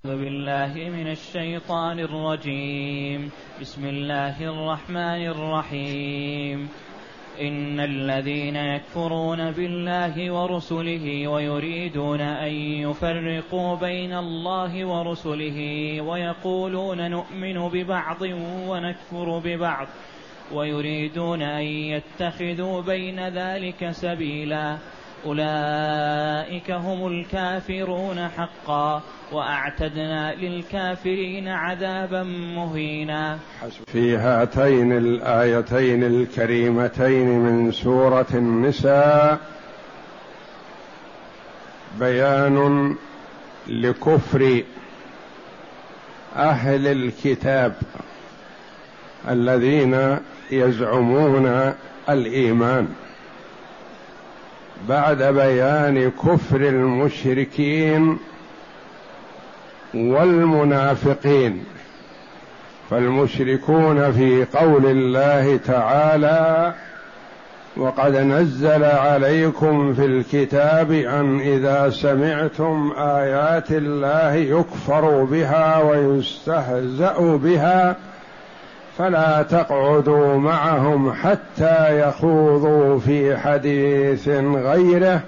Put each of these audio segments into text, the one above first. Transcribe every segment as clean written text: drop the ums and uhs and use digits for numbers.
بالله من الشيطان الرجيم. بسم الله الرحمن الرحيم. إن الذين يكفرون بالله ورسله ويريدون أن يفرقوا بين الله ورسله ويقولون نؤمن ببعض ونكفر ببعض ويريدون أن يتخذوا بين ذلك سبيلا أولئك هم الكافرون حقا وأعتدنا للكافرين عذابا مهينا. في هاتين الآيتين الكريمتين من سورة النساء بيان لكفر أهل الكتاب الذين يزعمون الإيمان، بعد بيان كفر المشركين والمنافقين. فالمشركون في قول الله تعالى: وقد نزل عليكم في الكتاب أن إذا سمعتم آيات الله يكفر بها ويستهزأ بها فلا تقعدوا معهم حتى يخوضوا في حديث غيره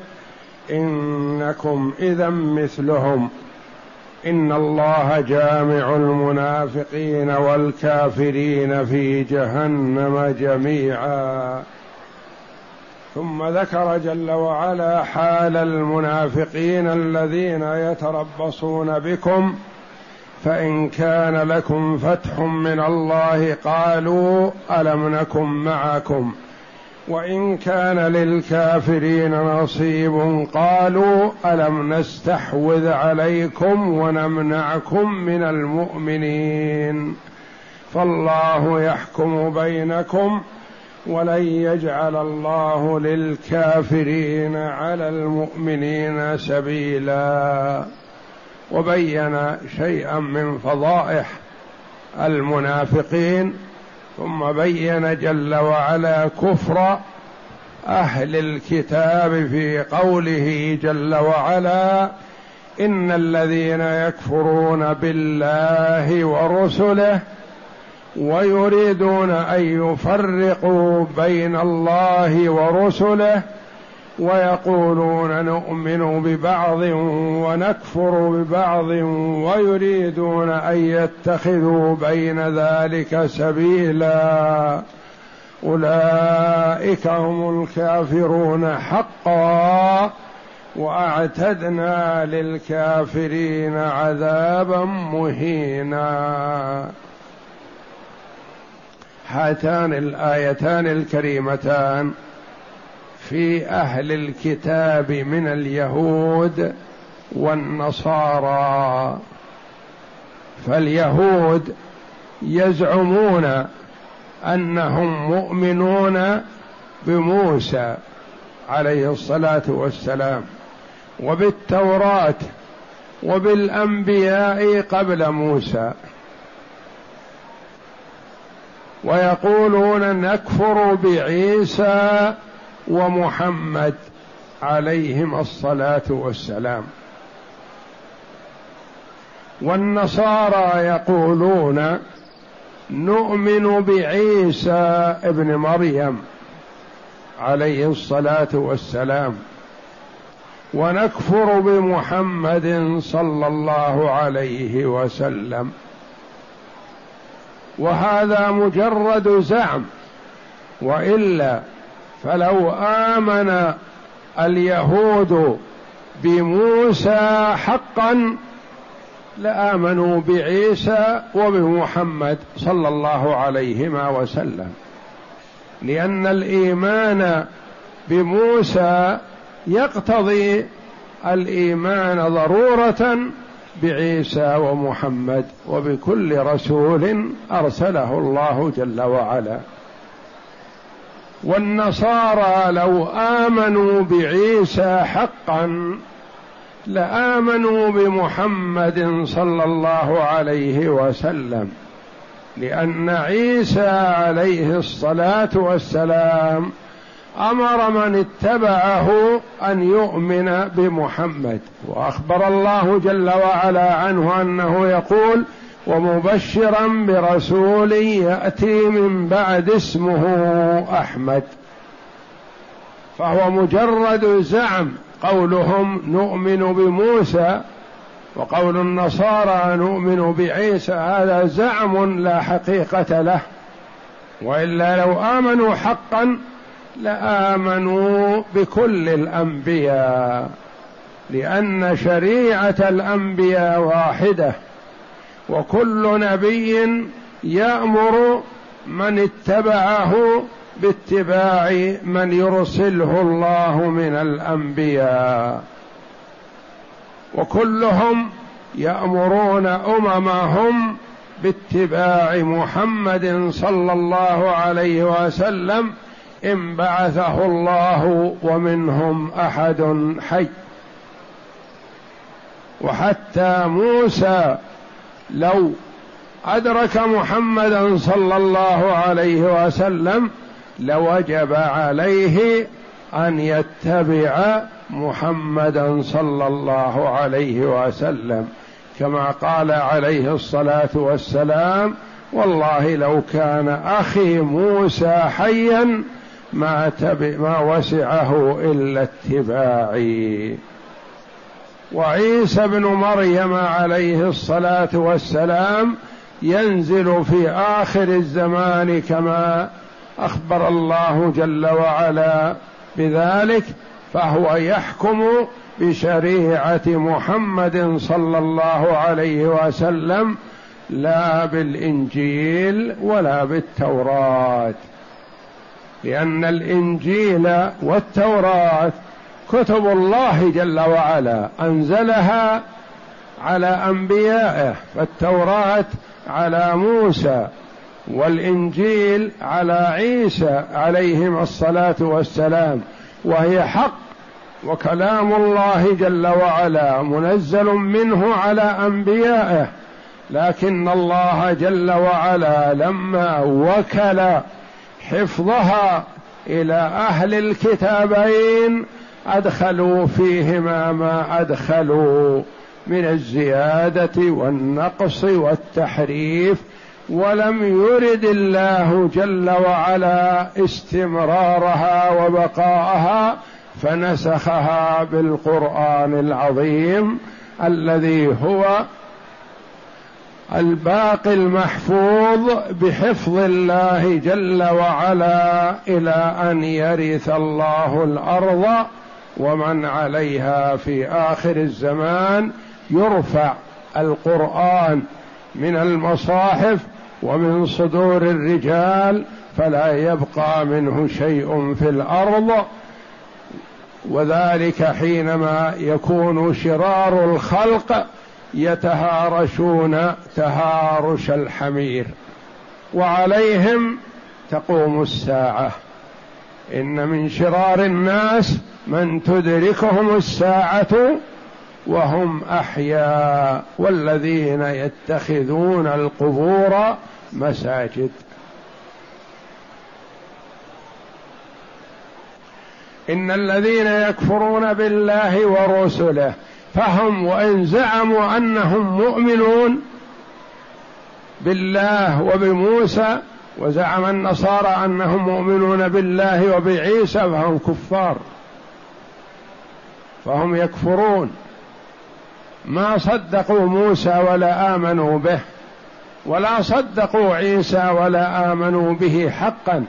إنكم إذا مثلهم إن الله جامع المنافقين والكافرين في جهنم جميعا. ثم ذكر جل وعلا حال المنافقين الذين يتربصون بكم فإن كان لكم فتح من الله قالوا ألم نكن معكم وإن كان للكافرين نصيب قالوا ألم نستحوذ عليكم ونمنعكم من المؤمنين فالله يحكم بينكم ولن يجعل الله للكافرين على المؤمنين سبيلا. وبين شيئا من فضائح المنافقين، ثم بين جل وعلا كفر أهل الكتاب في قوله جل وعلا: إن الذين يكفرون بالله ورسله ويريدون أن يفرقوا بين الله ورسله ويقولون نؤمن ببعض ونكفر ببعض ويريدون أن يتخذوا بين ذلك سبيلا أولئك هم الكافرون حقا وأعتدنا للكافرين عذابا مهينا. هاتان الآيتان الكريمتان في أهل الكتاب من اليهود والنصارى. فاليهود يزعمون أنهم مؤمنون بموسى عليه الصلاة والسلام وبالتوراة وبالأنبياء قبل موسى، ويقولون نكفر بعيسى ومحمد عليهم الصلاة والسلام. والنصارى يقولون نؤمن بعيسى ابن مريم عليه الصلاة والسلام ونكفر بمحمد صلى الله عليه وسلم. وهذا مجرد زعم، وإلا فلو آمن اليهود بموسى حقا لآمنوا بعيسى وبمحمد صلى الله عليهما وسلم، لأن الإيمان بموسى يقتضي الإيمان ضرورة بعيسى ومحمد وبكل رسول أرسله الله جل وعلا. والنصارى لو آمنوا بعيسى حقا لآمنوا بمحمد صلى الله عليه وسلم، لأن عيسى عليه الصلاة والسلام أمر من اتبعه أن يؤمن بمحمد، وأخبر الله جل وعلا عنه أنه يقول: ومبشرا برسول يأتي من بعد اسمه أحمد. فهو مجرد زعم، قولهم نؤمن بموسى وقول النصارى نؤمن بعيسى، هذا زعم لا حقيقة له، وإلا لو آمنوا حقا لآمنوا بكل الأنبياء، لأن شريعة الأنبياء واحدة، وكل نبي يأمر من اتبعه باتباع من يرسله الله من الأنبياء، وكلهم يأمرون أممهم باتباع محمد صلى الله عليه وسلم إن بعثه الله ومنهم أحد حي. وحتى موسى لو أدرك محمدا صلى الله عليه وسلم لوجب عليه أن يتبع محمدا صلى الله عليه وسلم، كما قال عليه الصلاة والسلام: والله لو كان أخي موسى حيا ما وسعه إلا اتباعي. وعيسى بن مريم عليه الصلاة والسلام ينزل في آخر الزمان كما أخبر الله جل وعلا بذلك، فهو يحكم بشريعة محمد صلى الله عليه وسلم لا بالإنجيل ولا بالتوراة، لأن الإنجيل والتوراة كتب الله جل وعلا أنزلها على أنبيائه، فالتوراة على موسى والإنجيل على عيسى عليهم الصلاة والسلام، وهي حق وكلام الله جل وعلا منزل منه على أنبيائه، لكن الله جل وعلا لما وكل حفظها إلى أهل الكتابين أدخلوا فيهما ما أدخلوا من الزيادة والنقص والتحريف، ولم يرد الله جل وعلا استمرارها وبقاءها، فنسخها بالقرآن العظيم الذي هو الباقي المحفوظ بحفظ الله جل وعلا إلى أن يرث الله الأرض ومن عليها في آخر الزمان. يرفع القرآن من المصاحف ومن صدور الرجال فلا يبقى منه شيء في الأرض، وذلك حينما يكون شرار الخلق يتهارشون تهارش الحمير، وعليهم تقوم الساعة. إن من شرار الناس من تدركهم الساعة وهم أحياء، والذين يتخذون القبور مساجد. إن الذين يكفرون بالله ورسله، فهم وإن زعموا أنهم مؤمنون بالله وبموسى، وزعم النصارى أنهم مؤمنون بالله وبعيسى، فهم كفار، فهم يكفرون، ما صدقوا موسى ولا آمنوا به، ولا صدقوا عيسى ولا آمنوا به حقا،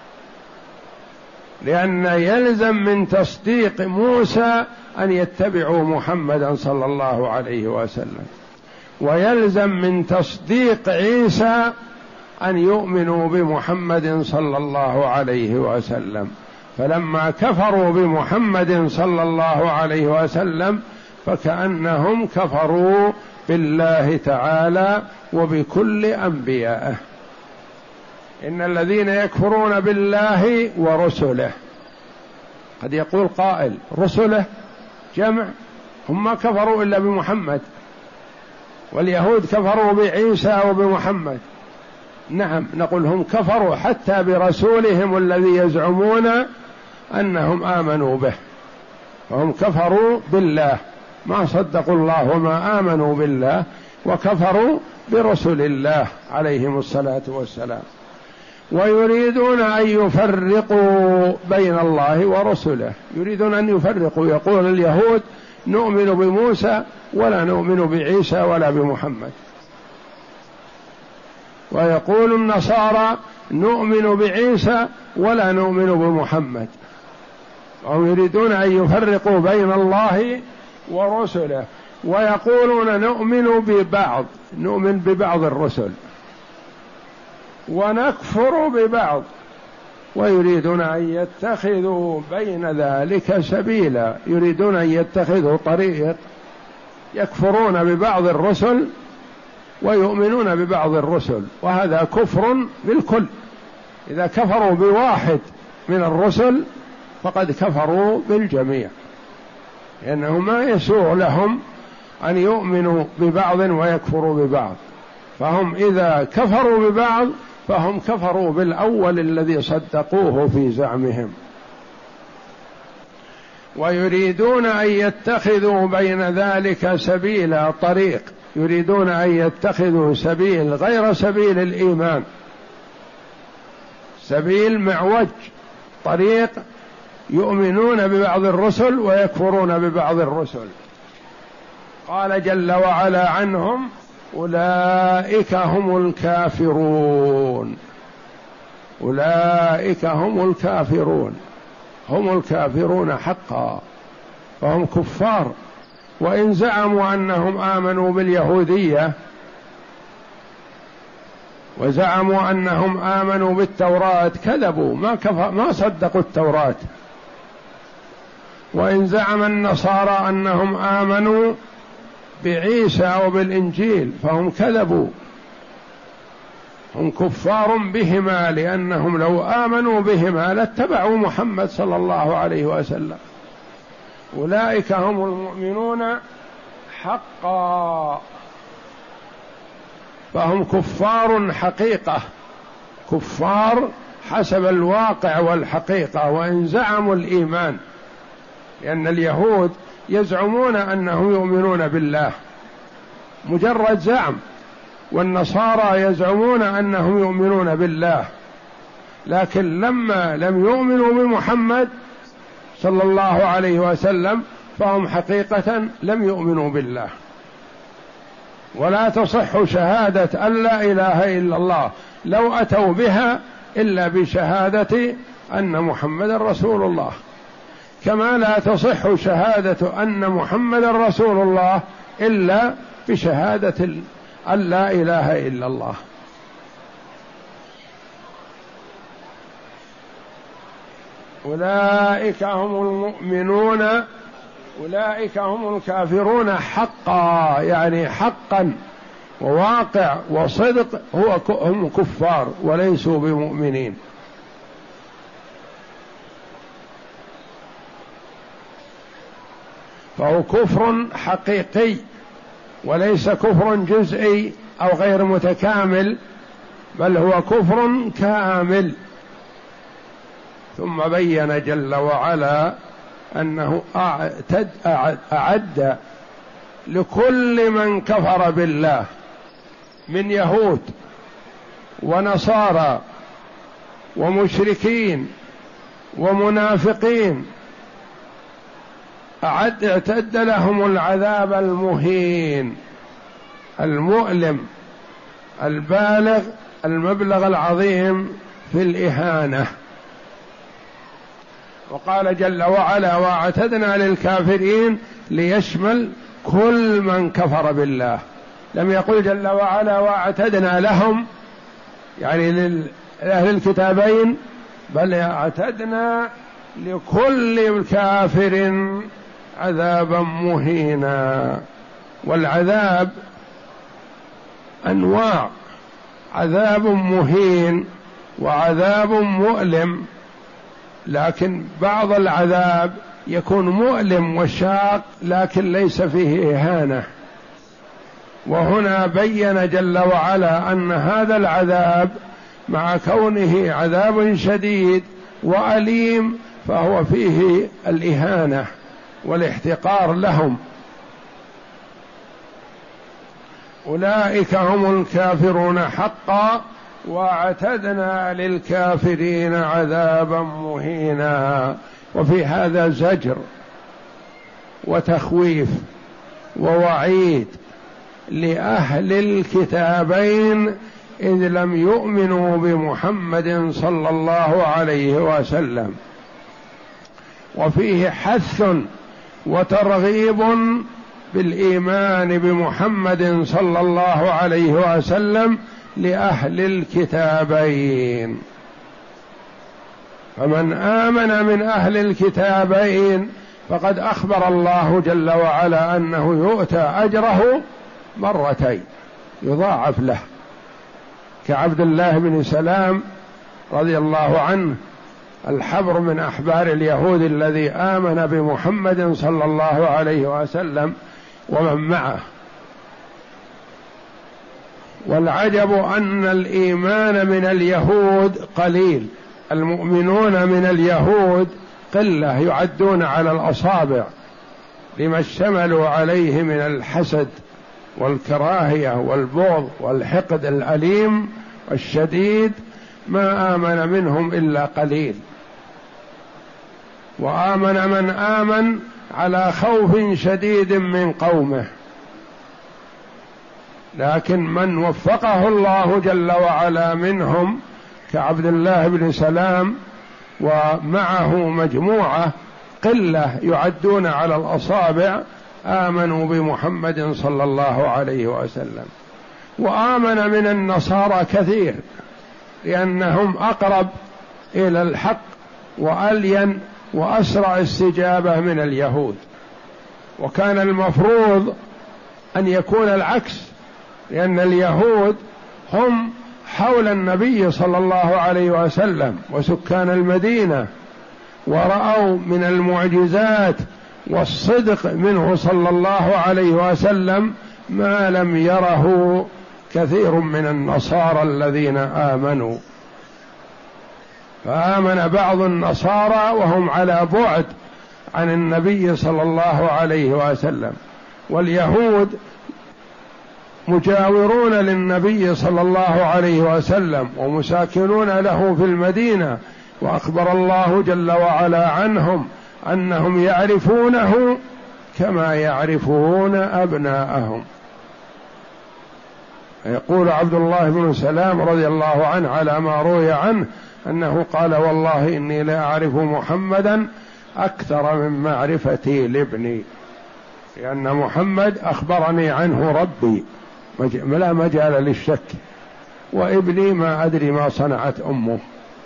لأن يلزم من تصديق موسى أن يتبعوا محمدا صلى الله عليه وسلم، ويلزم من تصديق عيسى أن يؤمنوا بمحمد صلى الله عليه وسلم. فلما كفروا بمحمد صلى الله عليه وسلم فكأنهم كفروا بالله تعالى وبكل أنبيائه. إن الذين يكفرون بالله ورسله، قد يقول قائل رسله جمع، هم ما كفروا إلا بمحمد، واليهود كفروا بعيسى وبمحمد. نعم، نقول هم كفروا حتى برسولهم الذي يزعمون أنهم آمنوا به، فهم كفروا بالله، ما صدقوا الله وما آمنوا بالله، وكفروا برسل الله عليهم الصلاة والسلام. ويريدون أن يفرقوا بين الله ورسله، يريدون أن يفرقوا. يقول اليهود نؤمن بموسى ولا نؤمن بعيسى ولا بمحمد، ويقول النصارى نؤمن بعيسى ولا نؤمن بمحمد، وهم يريدون أن يفرقوا بين الله ورسله، ويقولون نؤمن ببعض، نؤمن ببعض الرسل ونكفر ببعض، ويريدون أن يتخذوا بين ذلك سبيلا، يريدون أن يتخذوا طريق يكفرون ببعض الرسل ويؤمنون ببعض الرسل، وهذا كفر بالكل. إذا كفروا بواحد من الرسل فقد كفروا بالجميع، لأنه ما يسوع لهم أن يؤمنوا ببعض ويكفروا ببعض، فهم إذا كفروا ببعض فهم كفروا بالأول الذي صدقوه في زعمهم. ويريدون أن يتخذوا بين ذلك سبيلا، طريق، يريدون أن يتخذوا سبيل غير سبيل الإيمان، سبيل معوج، طريق يؤمنون ببعض الرسل ويكفرون ببعض الرسل. قال جل وعلا عنهم أولئك هم الكافرون، أولئك هم الكافرون، هم الكافرون حقا، فهم كفار. وإن زعموا أنهم آمنوا باليهودية وزعموا أنهم آمنوا بالتوراة كذبوا، ما صدقوا التوراة. وإن زعم النصارى أنهم آمنوا بعيسى أو بالإنجيل فهم كذبوا، هم كفار بهما، لأنهم لو آمنوا بهما لاتبعوا محمد صلى الله عليه وسلم. أولئك هم المؤمنون حقا، فهم كفار حقيقة، كفار حسب الواقع والحقيقة، وإن زعموا الإيمان، لأن اليهود يزعمون أنهم يؤمنون بالله مجرد زعم، والنصارى يزعمون أنهم يؤمنون بالله، لكن لما لم يؤمنوا بمحمد صلى الله عليه وسلم فهم حقيقة لم يؤمنوا بالله. ولا تصح شهادة أن لا إله إلا الله لو أتوا بها إلا بشهادة أن محمد رسول الله، كما لا تصح شهادة أن محمد رسول الله إلا بشهادة أن لا إله إلا الله. أولئك هم المؤمنون، أولئك هم الكافرون حقا، يعني حقا وواقع وصدق، هم كفار وليسوا بمؤمنين. فهو كفر حقيقي وليس كفر جزئي أو غير متكامل، بل هو كفر كامل. ثم بين جل وعلا أنه أعد لكل من كفر بالله من يهود ونصارى ومشركين ومنافقين، اعتد لهم العذاب المهين المؤلم البالغ المبلغ العظيم في الإهانة. وقال جل وعلا واعتدنا للكافرين ليشمل كل من كفر بالله، لم يقل جل وعلا واعتدنا لهم يعني لأهل الكتابين، بل اعتدنا لكل كافر عذابا مهينا. والعذاب أنواع، عذاب مهين وعذاب مؤلم، لكن بعض العذاب يكون مؤلم وشاق لكن ليس فيه إهانة. وهنا بين جل وعلا أن هذا العذاب مع كونه عذاب شديد وأليم فهو فيه الإهانة والاحتقار لهم. أولئك هم الكافرون حقا واعتدنا للكافرين عذابا مهينا. وفي هذا زجر وتخويف ووعيد لأهل الكتابين إذ لم يؤمنوا بمحمد صلى الله عليه وسلم، وفيه حث وترغيب بالإيمان بمحمد صلى الله عليه وسلم لأهل الكتابين. فمن آمن من أهل الكتابين فقد أخبر الله جل وعلا أنه يؤتى أجره مرتين، يضاعف له، كعبد الله بن سلام رضي الله عنه الحبر من أحبار اليهود الذي آمن بمحمد صلى الله عليه وسلم ومن معه. والعجب أن الإيمان من اليهود قليل، المؤمنون من اليهود قلة يعدون على الأصابع لما اشتملوا عليه من الحسد والكراهية والبغض والحقد الأليم الشديد، ما آمن منهم إلا قليل. وآمن من آمن على خوف شديد من قومه، لكن من وفقه الله جل وعلا منهم كعبد الله بن سلام ومعه مجموعة قلة يعدون على الأصابع آمنوا بمحمد صلى الله عليه وسلم. وآمن من النصارى كثير لأنهم أقرب إلى الحق وألين وأسرع استجابة من اليهود، وكان المفروض أن يكون العكس، لأن اليهود هم حول النبي صلى الله عليه وسلم وسكان المدينة، ورأوا من المعجزات والصدق منه صلى الله عليه وسلم ما لم يره كثير من النصارى الذين آمنوا. فآمن بعض النصارى وهم على بعد عن النبي صلى الله عليه وسلم، واليهود مجاورون للنبي صلى الله عليه وسلم ومساكنون له في المدينة، وأخبر الله جل وعلا عنهم أنهم يعرفونه كما يعرفون أبناءهم. يقول عبد الله بن سلام رضي الله عنه على ما روي عنه أنه قال: والله إني لا أعرف محمدا أكثر من معرفتي لابني، لأن محمد أخبرني عنه ربي لا مجال للشك، وابني ما أدري ما صنعت أمه.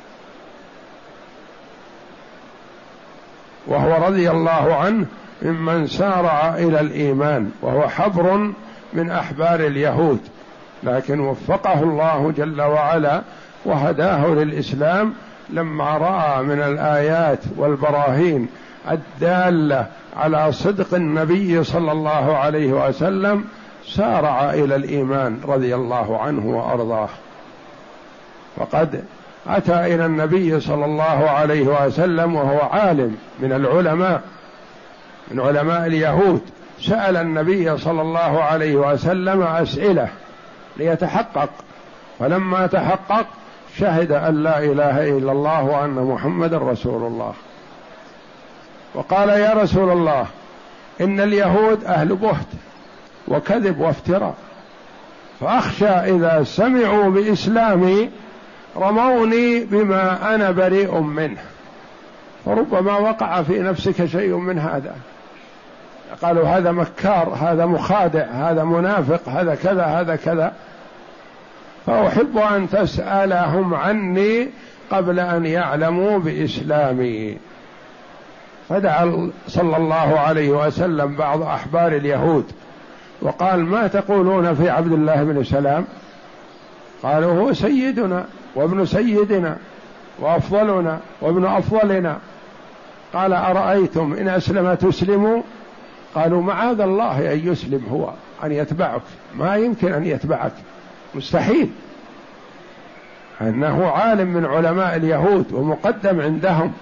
وهو رضي الله عنه ممن سارع إلى الإيمان، وهو حبر من أحبار اليهود، لكن وفقه الله جل وعلا وهداه للإسلام لما رأى من الآيات والبراهين الدالة على صدق النبي صلى الله عليه وسلم، سارع إلى الإيمان رضي الله عنه وأرضاه. فقد أتى إلى النبي صلى الله عليه وسلم وهو عالم من العلماء، من علماء اليهود، سأل النبي صلى الله عليه وسلم أسئلة ليتحقق، فلما تحقق شهد أن لا إله إلا الله وأن محمد رسول الله، وقال: يا رسول الله، إن اليهود أهل بهت وكذب وافتراء، فأخشى إذا سمعوا بإسلامي رموني بما أنا بريء منه، فربما وقع في نفسك شيء من هذا. قالوا: هذا مكار، هذا مخادع، هذا منافق، هذا كذا، هذا كذا، فأحب أن تسألهم عني قبل أن يعلموا بإسلامي. فدعا صلى الله عليه وسلم بعض أحبار اليهود وقال: ما تقولون في عبد الله بن سلام؟ قالوا: هو سيدنا وابن سيدنا وأفضلنا وابن أفضلنا. قال: أرأيتم إن أسلم تسلموا؟ قالوا: معاذ الله أن يسلم هو، أن يتبعك، ما يمكن أن يتبعك، مستحيل، أنه عالم من علماء اليهود ومقدم عندهم،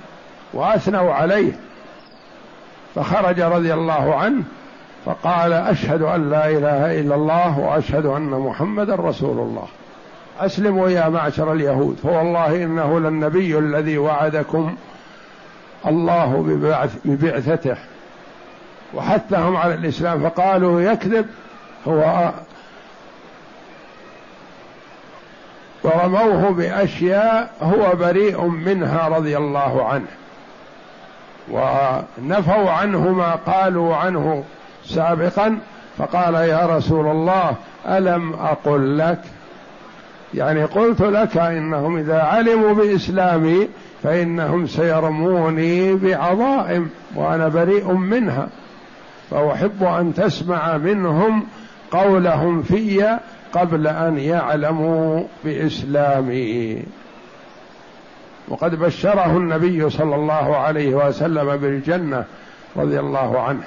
وأثنوا عليه، فخرج رضي الله عنه فقال: أشهد أن لا إله إلا الله وأشهد أن محمدا رسول الله، أسلموا يا معشر اليهود، فوالله إنه للنبي الذي وعدكم الله ببعثته، وحثهم على الإسلام، فقالوا يكذب هو، ورموه بأشياء هو بريء منها رضي الله عنه، ونفوا عنه ما قالوا عنه سابقا، فقال: يا رسول الله ألم أقل لك، يعني قلت لك إنهم إذا علموا بإسلامي فإنهم سيرموني بعظائم وأنا بريء منها، فأحب أن تسمع منهم قولهم في قبل أن يعلموا بإسلامي. وقد بشره النبي صلى الله عليه وسلم بالجنة رضي الله عنه.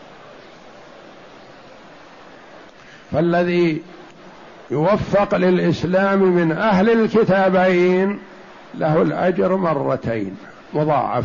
فالذي يوفق للإسلام من أهل الكتابين له الأجر مرتين مضاعف،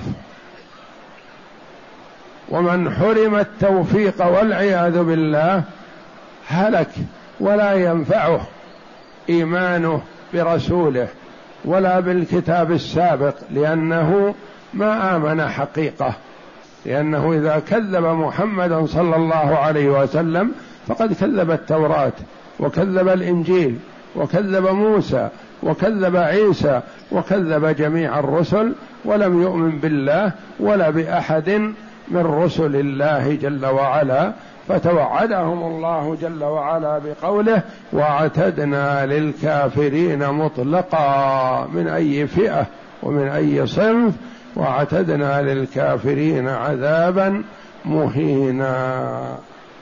ومن حرم التوفيق والعياذ بالله هلك، ولا ينفعه إيمانه برسوله ولا بالكتاب السابق، لأنه ما آمن حقيقة، لأنه إذا كذب محمدا صلى الله عليه وسلم فقد كذب التوراة وكذب الإنجيل وكذب موسى وكذب عيسى وكذب جميع الرسل، ولم يؤمن بالله ولا بأحد من رسل الله جل وعلا. فتوعدهم الله جل وعلا بقوله: واعتدنا للكافرين مطلقا، من أي فئة ومن أي صنف، واعتدنا للكافرين عذابا مهينا.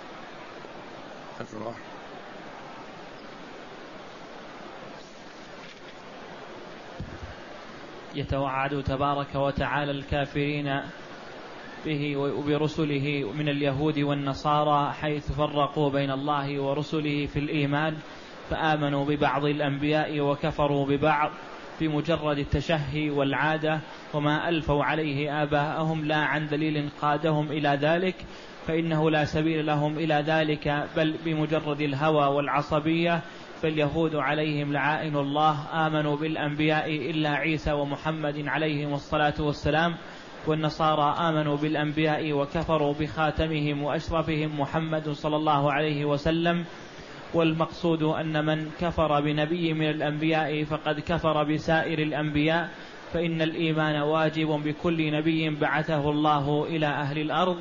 يتوعد تبارك وتعالى الكافرين به وبرسله من اليهود والنصارى، حيث فرقوا بين الله ورسله في الإيمان، فآمنوا ببعض الأنبياء وكفروا ببعض بمجرد التشهي والعادة، وما ألفوا عليه آباءهم لا عن دليل قادهم إلى ذلك، فإنه لا سبيل لهم إلى ذلك، بل بمجرد الهوى والعصبية. فاليهود عليهم لعائن الله آمنوا بالأنبياء إلا عيسى ومحمد عليهم الصلاة والسلام، والنصارى آمنوا بالأنبياء وكفروا بخاتمهم وأشرفهم محمد صلى الله عليه وسلم. والمقصود أن من كفر بنبي من الأنبياء فقد كفر بسائر الأنبياء، فإن الإيمان واجب بكل نبي بعثه الله إلى أهل الأرض،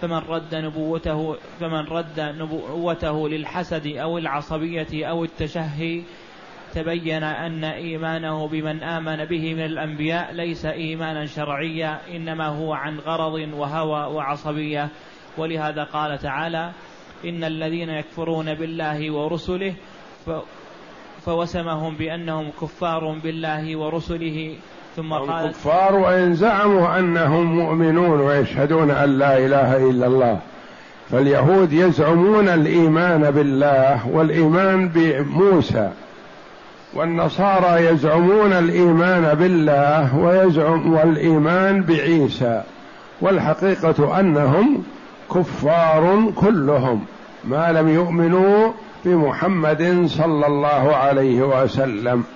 فمن رد نبوته للحسد أو العصبية أو التشهي تبين أن إيمانه بمن آمن به من الأنبياء ليس إيمانا شرعيا، إنما هو عن غرض وهوى وعصبية. ولهذا قال تعالى: إن الذين يكفرون بالله ورسله فوسمهم بأنهم كفار بالله ورسله. ثم قال: الكفار وإن زعموا أنهم مؤمنون ويشهدون أن لا إله إلا الله. فاليهود يزعمون الإيمان بالله والإيمان بموسى، والنصارى يزعمون الإيمان بالله والإيمان بعيسى، والحقيقة أنهم كفار كلهم ما لم يؤمنوا بمحمد صلى الله عليه وسلم.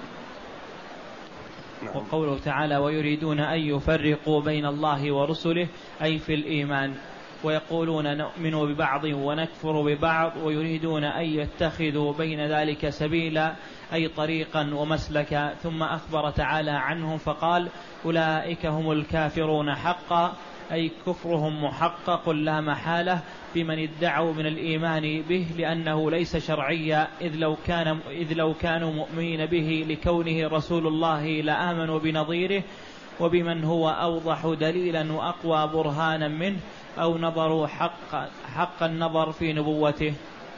وقوله تعالى: ويريدون أن يفرقوا بين الله ورسله، أي في الإيمان، ويقولون نؤمن ببعض ونكفر ببعض، ويريدون أن يتخذوا بين ذلك سبيلا، أي طريقا ومسلكا. ثم أخبر تعالى عنهم فقال: أولئك هم الكافرون حقا، أي كفرهم محقق لا محالة بمن ادعوا من الإيمان به، لأنه ليس شرعيا، إذ لو كانوا مؤمنين به لكونه رسول الله لآمنوا بنظيره وبمن هو أوضح دليلا وأقوى برهانا منه، أو نظروا حق النظر في نبوته.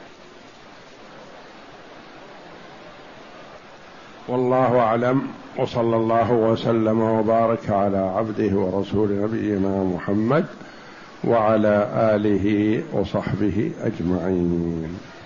والله أعلم، وصلى الله وسلم وبارك على عبده ورسول نبينا محمد وعلى آله وصحبه أجمعين.